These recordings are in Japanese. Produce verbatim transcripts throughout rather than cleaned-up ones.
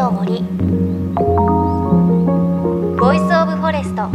の森ボイスオブフォレスト。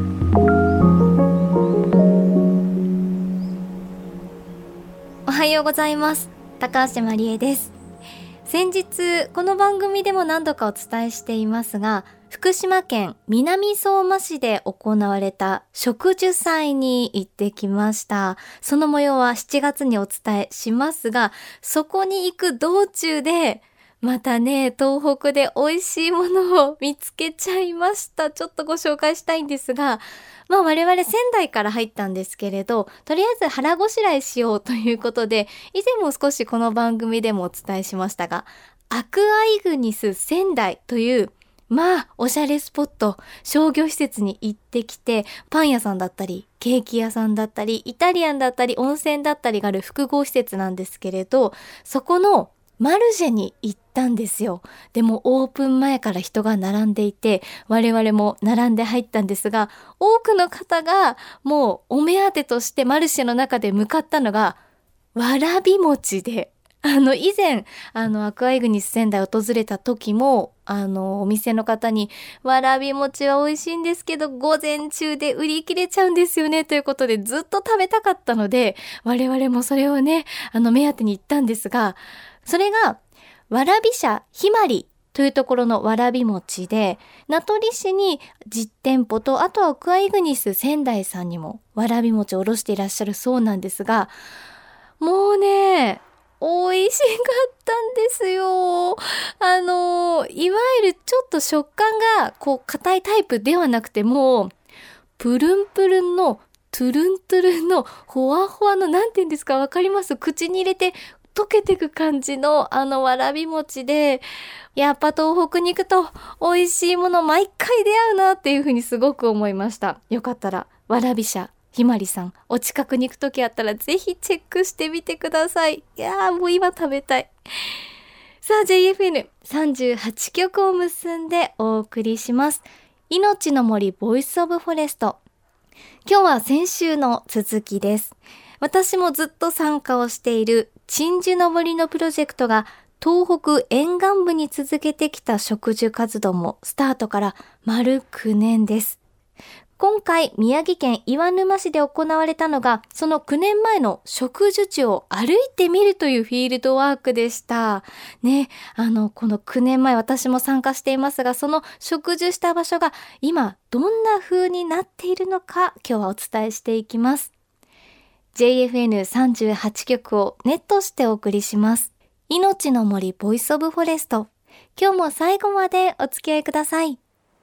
おはようございます。高橋まりえです。先日この番組でも何度かお伝えしていますが、福島県南相馬市で行われた植樹祭に行ってきました。その模様はしちがつにお伝えしますが、そこに行く道中でまたね、東北で美味しいものを見つけちゃいました。ちょっとご紹介したいんですが、まあ我々仙台から入ったんですけれど、とりあえず腹ごしらえしようということで、以前も少しこの番組でもお伝えしましたが、アクアイグニス仙台というまあおしゃれスポット、商業施設に行ってきて、パン屋さんだったりケーキ屋さんだったりイタリアンだったり温泉だったりがある複合施設なんですけれど、そこのマルシェに行ったんですよ。でもオープン前から人が並んでいて、我々も並んで入ったんですが、多くの方がもうお目当てとしてマルシェの中で向かったのがわらび餅で、あの以前あのアクアイグニス仙台訪れた時もあのお店の方に、わらび餅は美味しいんですけど午前中で売り切れちゃうんですよねということで、ずっと食べたかったので我々もそれをねあの目当てに行ったんですが、それがわらび社ひまりというところのわらび餅で、名取市に実店舗と、あとはアクアイグニス仙台さんにもわらび餅を卸していらっしゃるそうなんですが、もうね美味しかったんですよ。あのいわゆるちょっと食感がこう硬いタイプではなくて、もうプルンプルンのトゥルントゥルンのほわほわの、なんて言うんですか、わかります？口に入れて溶けてく感じのあのわらび餅で、やっぱ東北に行くと美味しいもの毎回出会うなっていうふうにすごく思いました。よかったらわらび社ひまりさん、お近くに行くときあったらぜひチェックしてみてください。いやーもう今食べたい。さあ ジェイエフエヌさんじゅうはち 曲を結んでお送りします。命の森ボイスオブフォレスト。今日は先週の続きです。私もずっと参加をしている鎮守の森のプロジェクトが東北沿岸部に続けてきた植樹活動もスタートから丸きゅうねんです。今回宮城県岩沼市で行われたのが、そのきゅうねんまえの植樹地を歩いてみるというフィールドワークでしたね。あのこのきゅうねんまえ私も参加していますが、その植樹した場所が今どんな風になっているのか、今日はお伝えしていきます。 ジェイエフエヌさんじゅうはち 曲をネットしてお送りします。命の森ボイスオブフォレスト。今日も最後までお付き合いください。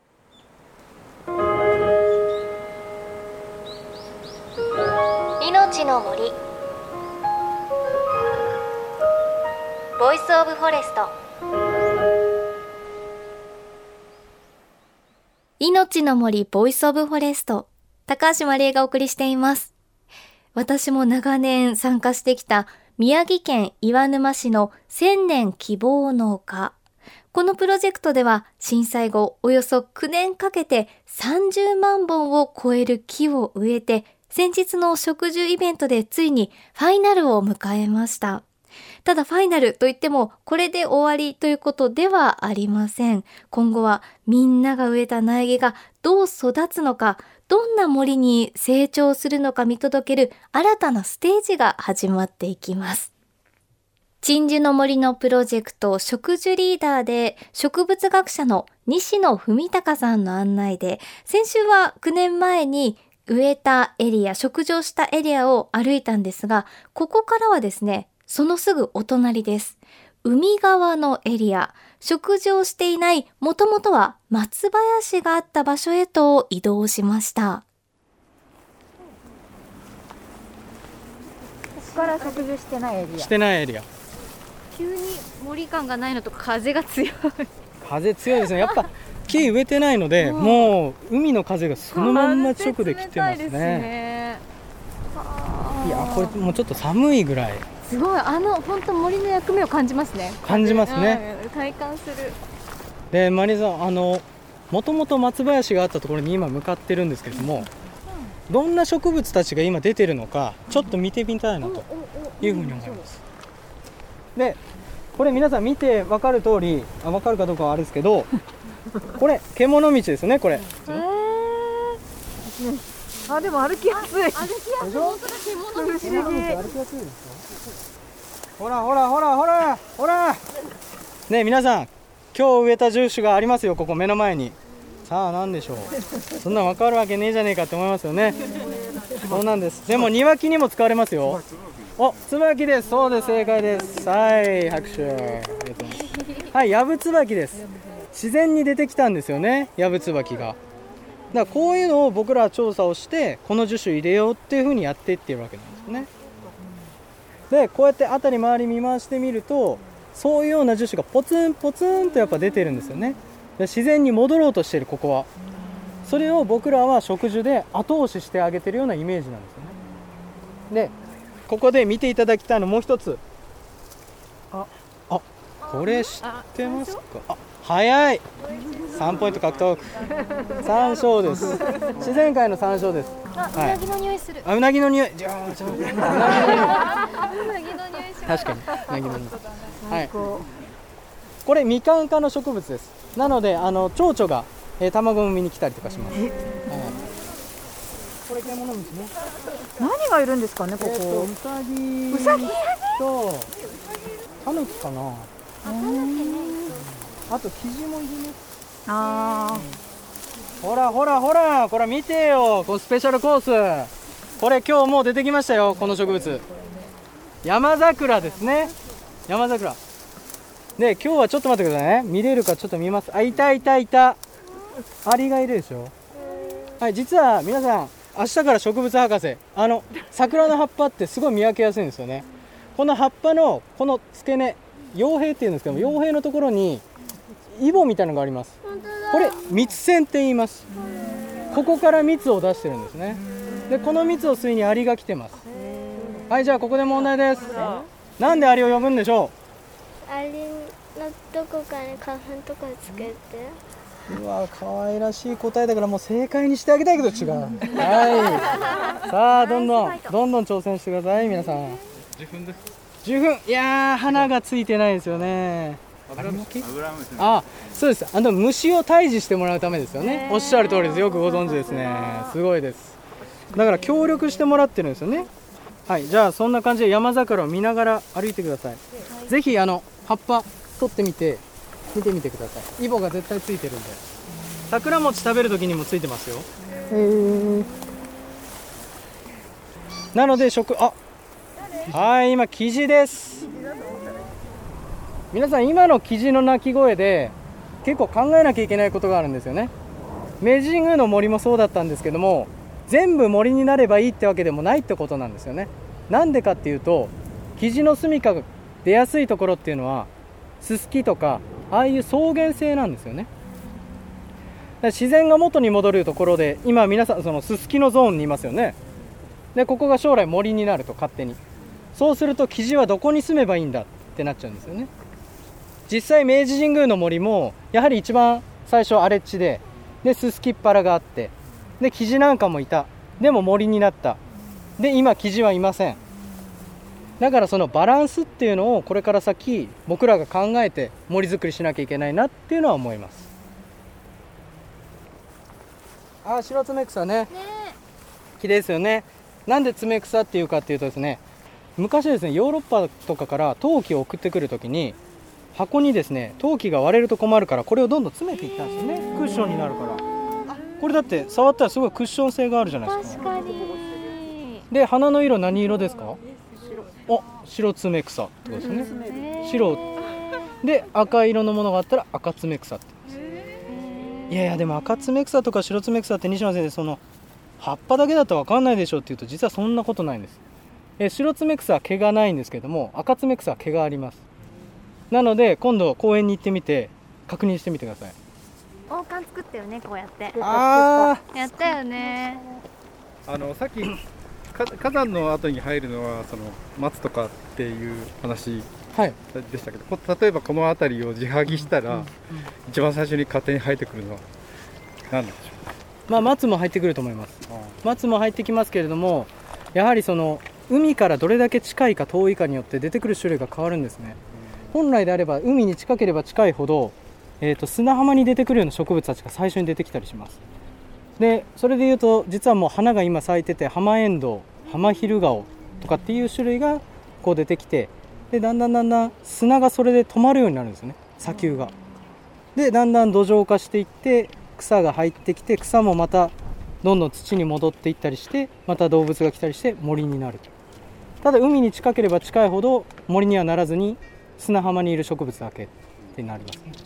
命の森ボイスオブフォレスト。命の森ボイスオブフォレスト、高橋まりえがお送りしています。私も長年参加してきた宮城県岩沼市の千年希望農家。このプロジェクトでは震災後およそきゅうねんかけてさんじゅうまんぼんを超える木を植えて、先日の植樹イベントでついにファイナルを迎えました。ただファイナルといってもこれで終わりということではありません。今後はみんなが植えた苗木がどう育つのか、どんな森に成長するのか見届ける新たなステージが始まっていきます。鎮守の森のプロジェクト植樹リーダーで植物学者の西野文隆さんの案内で、先週はきゅうねんまえに植えたエリア、植樹をしたエリアを歩いたんですが、ここからはですね、そのすぐお隣です。海側のエリア、植樹をしていない、もともとは松林があった場所へと移動しました。 ここから植樹してないエリア。 してないエリア。 急に森感がないのと風が強い。 風強いですね。やっぱ木植えてないので、もう海の風がそのまんま直で来てますね。 ね、 いやこれもうちょっと寒いぐらい。 すごい、あの本当森の役目を感じますね。 感じますね、 うん、体感する。 でマリさん、あのもともと松林があったところに今向かってるんですけれども、うん、どんな植物たちが今出てるのかちょっと見てみたいなというふうに思います。でこれ皆さん見て分かる通り、あ、分かるかどうかはあれですけどこれ獣道ですよね、これ。 えー、あ、でも歩きやすい。歩きやすい。 本当だ、獣道。 不思議。 歩きやすいですか。ほらほらほらほらほらねえ皆さん、今日植えた樹種がありますよ、ここ目の前に。さあ何でしょう。そんな分かるわけねえじゃねえかって思いますよね。そうなんです。でも庭木にも使われますよ。お、椿です。そうです、正解です。はい、拍手。ありがとうございます。はい、ヤブツバキです。自然に出てきたんですよね、ヤブツバキが。だからこういうのを僕らは調査をして、この樹種入れようっていう風にやっていってるわけなんですね。でこうやって辺り周り見回してみると、そういうような樹種がポツンポツンとやっぱ出てるんですよね。で自然に戻ろうとしている、ここは。それを僕らは植樹で後押ししてあげてるようなイメージなんですよね。でここで見ていただきたいのもう一つ。ああ、これ知ってますか。あ、早い。さんポイント獲得。山椒です。自然界の山椒です。 あ、うなぎの匂いする。 あ、うなぎの匂い。じゃあ、じゃあ、うなぎの匂い。 うなぎの匂いします。 確かに、うなぎの匂い。はい。これみかん科の植物です。なので、あの蝶々が、えー、卵を産みに来たりとかします。はい、これ獣道ね。 何がいるんですかね、ここ。 えー、とうさぎ。 うさぎと。タヌキかな。あとキジもいるね。 ああ、 ほらほらほら、これ見てよ、このスペシャルコース。これ今日もう出てきましたよ、この植物。山桜ですね。山桜。で今日はちょっと待ってくださいね。見れるかちょっと見ます。あ、いたいたいた。アリがいるでしょ。はい、実は皆さん、明日から植物博士、あの桜の葉っぱってすごい見分けやすいんですよね。この葉っぱのこの付け根、葉柄っていうんですけども、葉柄のところにイボみたいなのがあります。これ蜜腺って言います。ここから蜜を出してるんですね。でこの蜜を吸いにアリが来てます。はい、じゃあここで問題です。なんでアリを呼ぶんでしょアリのどこかに花粉とかつけて。 う。うわ、可愛らしい答えだからもう正解にしてあげたいけど違う。はい。さあどんどんどんどん挑戦してください皆さん。 じゅっぷんです。 じゅっぷん。いやー、花がついてないですよね。 油虫。油虫。 あ、そうです。あの虫を退治してもらうためですよね。おっしゃる通りです。よくご存知ですね。すごいです。だから協力してもらってるんですよね。はい、じゃあそんな感じで山桜を見ながら歩いてください。はい、ぜひあの葉っぱ取ってみて見てみてください。イボが絶対ついてるんで。桜餅食べる時にもついてますよ。へー。なので食あはい、今キジです。皆さん今のキジの鳴き声で結構考えなきゃいけないことがあるんですよね。明治神宮の森もそうだったんですけども、全部森になればいいってわけでもないってことなんですよね。なんでかっていうと、キジの住処が出やすいところっていうのはススキとかああいう草原性なんですよね。だから自然が元に戻るところで、今皆さんそのススキのゾーンにいますよね。でここが将来森になると勝手に、そうするとキジはどこに住めばいいんだってなっちゃうんですよね。実際明治神宮の森もやはり一番最初荒れ地で、でススキっ腹があって、でキジなんかもいた。でも森になった。で今キジはいません。だからそのバランスっていうのをこれから先僕らが考えて森づくりしなきゃいけないなっていうのは思います。あ、白爪草ね。綺麗ですよね。なんで爪草っていうかっていうとですね、昔ですね、ヨーロッパとかから陶器を送ってくるときに箱にですね、陶器が割れると困るからこれをどんどん詰めていったんですよね。クッションになるから。これだって触ったらすごいクッション性があるじゃないですか。 確かに。 で花の色何色ですか？お、白爪草ってことですね。白で赤色のものがあったら赤爪草って言います。いやいや、でも赤爪草とか白爪草って西野先生、その葉っぱだけだと分かんないでしょって言うと、実はそんなことないんです。え白爪草は毛がないんですけども、赤爪草は毛があります。なので今度公園に行ってみて確認してみてください。 王冠作ったよね、こうやって。 あやったよね。 あのさっき火山の後に入るのはその松とかっていう話でしたけど、はい、例えばこの辺りを地剥ぎしたら、うんうん、一番最初に勝手に生えてくるのは何なんでしょう。 まあ、松も入ってくると思います。松も入ってきますけれども、やはりその海からどれだけ近いか遠いかによって出てくる種類が変わるんですね。 本来であれば海に近ければ近いほど、えー、と砂浜に出てくるような植物たちが最初に出てきたりします。でそれでいうと実はもう花が今咲いてて、ハマエンドウ、ハマヒルガオとかっていう種類がこう出てきて、でだんだんだんだん砂がそれで止まるようになるんですよね、砂丘が。でだんだん土壌化していって草が入ってきて、草もまたどんどん土に戻っていったりして、また動物が来たりして森になる。ただ海に近ければ近いほど森にはならずに砂浜にいる植物だけってなりますね。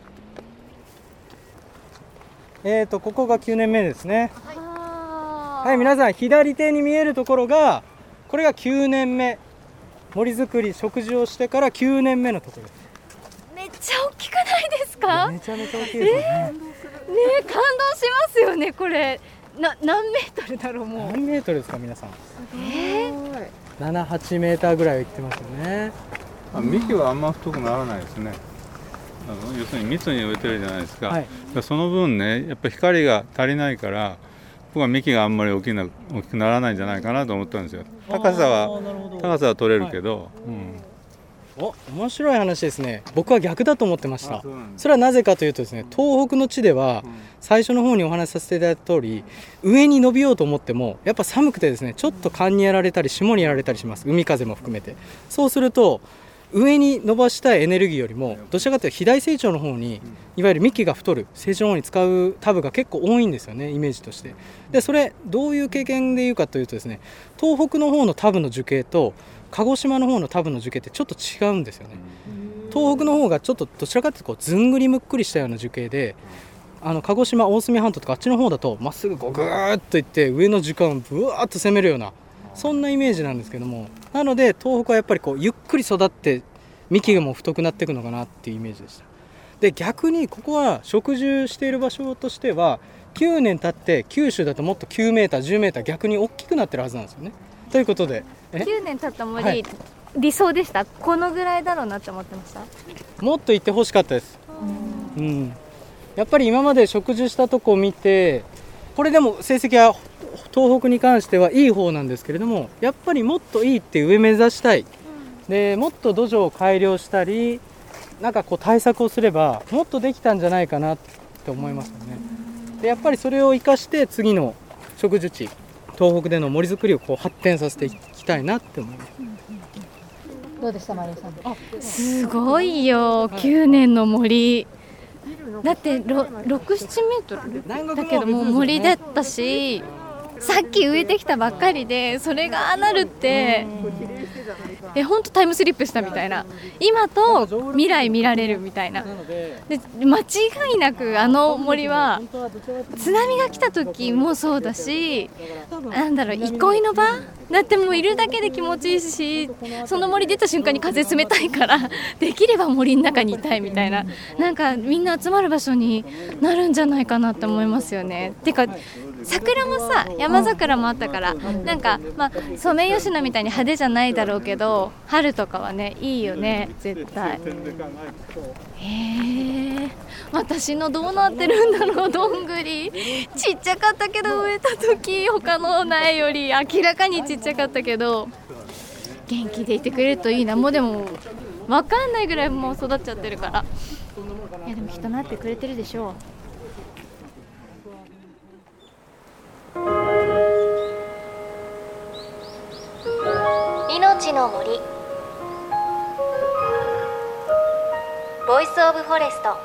えーとここがきゅうねんめですね。はい、皆さん左手に見えるところが、これがきゅうねんめ、森作り植樹をしてからきゅうねんめのところです。 めっちゃ大きくないですか？ めちゃめちゃ大きいですよね。 えー、ね感動しますよね。これな何メートルだろう。もう何メートルですか皆さん？ えー、 なな、はちメーターぐらいはいってますよね。 幹はあんま太くならないですね。あの要するに密に植えてるじゃないですか、はい、その分ねやっぱ光が足りないから、僕は幹があんまり大きな大きくならないんじゃないかなと思ったんですよ。高さは高さは取れるけど、はい、 うん、お面白い話ですね。僕は逆だと思ってました。 そ, それはなぜかというとですね、東北の地では最初の方にお話しさせていただいた通り、上に伸びようと思ってもやっぱ寒くてですね、ちょっと寒にやられたり霜にやられたりします。海風も含めて。そうすると上に伸ばしたいエネルギーよりもどちらかというと肥大成長の方に、いわゆる幹が太る成長の方に使うタブが結構多いんですよね、イメージとして。でそれどういう経験でいうかというとですね、東北の方のタブの樹形と鹿児島の方のタブの樹形ってちょっと違うんですよね。東北の方がちょっとどちらかというとこうずんぐりむっくりしたような樹形で、あの鹿児島大隅半島とかあっちの方だとまっすぐこうぐーっといって上の樹幹をぶわーっと攻めるような、そんなイメージなんですけども、なので東北はやっぱりこうゆっくり育って幹がもう太くなっていくのかなっていうイメージでした。で逆にここは植樹している場所としてはきゅうねん経って九州だともっときゅうメーターじゅうメーター逆に大きくなってるはずなんですよね。ということできゅうねん経った森、はい、 理想でした？このぐらいだろうなって思ってました？ もっと行ってほしかったです。うん、うん、やっぱり今まで植樹したとこを見て、これでも成績は東北に関してはいい方なんですけれども、やっぱりもっといいって上目指したい。でもっと土壌を改良したりなんかこう対策をすればもっとできたんじゃないかなって思いますよね。でやっぱりそれを生かして次の植樹地、東北での森づくりをこう発展させていきたいなって思います。 どうでしたマリエさん？あすごいよ、きゅうねんの森だってろく、ななメートルだけどもう森だったし、さっき植えてきたばっかりでそれがなるってえ本当タイムスリップしたみたいな、今と未来見られるみたいな。で間違いなくあの森は津波が来た時もそうだし、なんだろう憩いの場だってもういるだけで気持ちいいし、その森出た瞬間に風冷たいからできれば森の中にいたいみたいな、なんかみんな集まる場所になるんじゃないかなって思いますよね。てか桜もさ、山桜もあったから、なんかまあソメイヨシノみたいに派手じゃないだろうけど、春とかはねいいよね絶対。へえ、私のどうなってるんだろう。どんぐりちっちゃかったけど植えた時他の苗より明らかにちっちゃかったけど、元気でいてくれるといいな。もうでも分かんないぐらいもう育っちゃってるから。いやでもきっとなってくれてるでしょう。命の森ボイスオブフォレスト。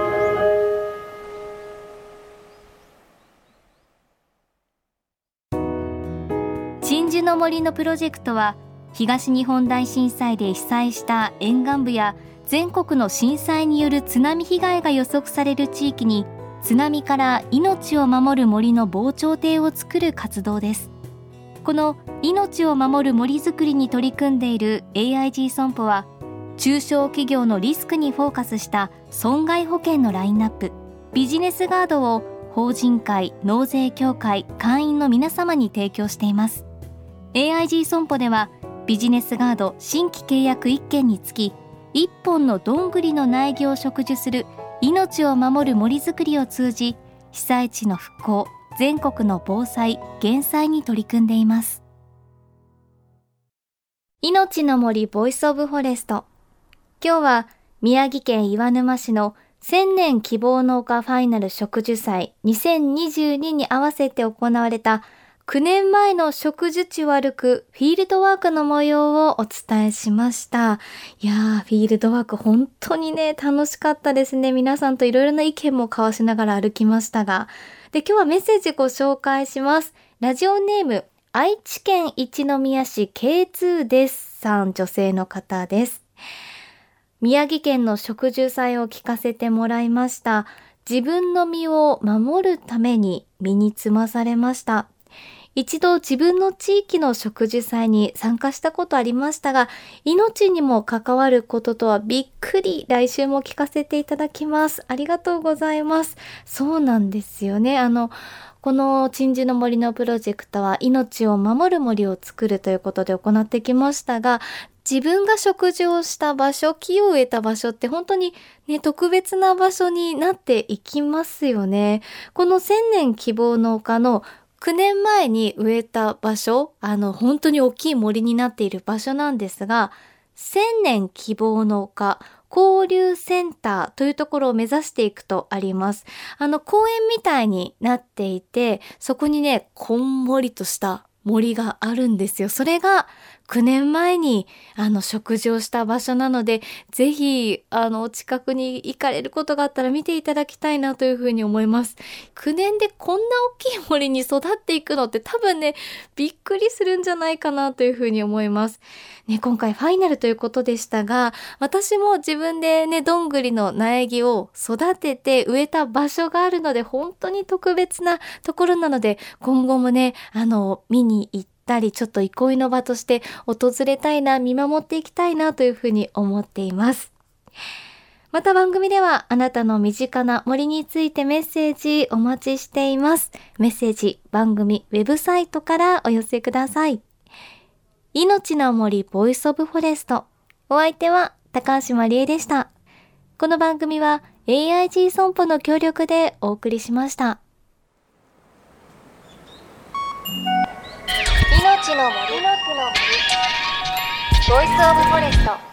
鎮守の森のプロジェクトは、東日本大震災で被災した沿岸部や全国の震災による津波被害が予測される地域に、津波から命を守る森の防潮堤を作る活動です。この命を守る森づくりに取り組んでいる エーアイジー 損保は、中小企業のリスクにフォーカスした損害保険のラインナップ、ビジネスガードを法人会、納税協会、会員の皆様に提供しています。 エーアイジー 損保では、ビジネスガード新規契約いっけんにつきいっぽんのどんぐりの苗木を植樹する命を守る森づくりを通じ、被災地の復興、全国の防災・減災に取り組んでいます。命の森ボイスオブフォレスト。 今日は宮城県岩沼市の千年希望農家ファイナル植樹祭にせんにじゅうにに合わせて行われたきゅうねんまえの植樹地を歩くフィールドワークの模様をお伝えしました。いやー、フィールドワーク本当にね、楽しかったですね。皆さんといろいろな意見も交わしながら歩きましたが。で、今日はメッセージご紹介します。ラジオネーム、愛知県一宮市 ケーツー ですさん、女性の方です。宮城県の植樹祭を聞かせてもらいました。自分の身を守るために身につまされました。一度自分の地域の植樹祭に参加したことありましたが、命にも関わることとはびっくり。来週も聞かせていただきます。ありがとうございます。そうなんですよね。あの、この鎮守の森のプロジェクトは命を守る森を作るということで行ってきましたが、自分が植樹をした場所、木を植えた場所って本当にね、特別な場所になっていきますよね。この千年希望農家のきゅうねんまえに植えた場所、あの本当に大きい森になっている場所なんですが、千年希望農家交流センターというところを目指していくとあります。あの公園みたいになっていて、そこにね、こんもりとした森があるんですよ。それがきゅうねんまえにあの植樹をした場所なので、ぜひあの近くに行かれることがあったら見ていただきたいなというふうに思います。きゅうねんでこんな大きい森に育っていくのって多分ね、びっくりするんじゃないかなというふうに思います。ね、今回ファイナルということでしたが、私も自分でね、どんぐりの苗木を育てて植えた場所があるので、本当に特別なところなので、今後もね、あの見に行ってたりちょっと憩いの場として訪れたいな、見守っていきたいなというふうに思っています。また番組ではあなたの身近な森についてメッセージお待ちしています。メッセージ番組ウェブサイトからお寄せください。命の森ボイスオブフォレスト、お相手は高橋まりえでした。この番組は エーアイジー 損保の協力でお送りしました。 命の森の木の森ボイスオブフォレスト。